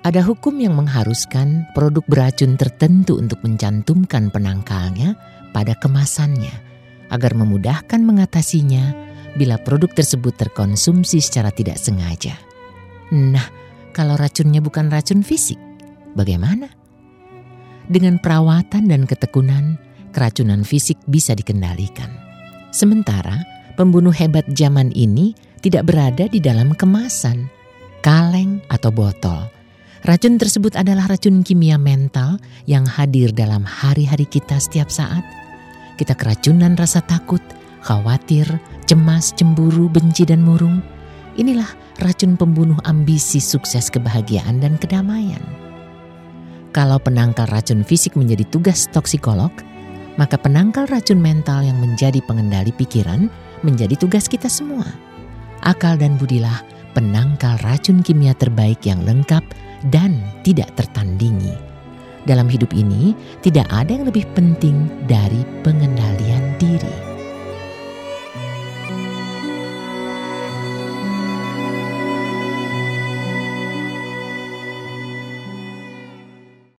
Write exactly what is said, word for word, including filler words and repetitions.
Ada hukum yang mengharuskan produk beracun tertentu untuk mencantumkan penangkalnya pada kemasannya, agar memudahkan mengatasinya bila produk tersebut terkonsumsi secara tidak sengaja. Nah, kalau racunnya bukan racun fisik, bagaimana? Dengan perawatan dan ketekunan, keracunan fisik bisa dikendalikan. Sementara pembunuh hebat zaman ini tidak berada di dalam kemasan, kaleng atau botol. Racun tersebut adalah racun kimia mental yang hadir dalam hari-hari kita setiap saat. Kita keracunan rasa takut, khawatir, cemas, cemburu, benci, dan murung. Inilah racun pembunuh ambisi, sukses, kebahagiaan, dan kedamaian. Kalau penangkal racun fisik menjadi tugas toksikolog, maka penangkal racun mental yang menjadi pengendali pikiran menjadi tugas kita semua. Akal dan budilah penangkal racun kimia terbaik yang lengkap dan tidak tertandingi. Dalam hidup ini, tidak ada yang lebih penting dari pengendalian diri.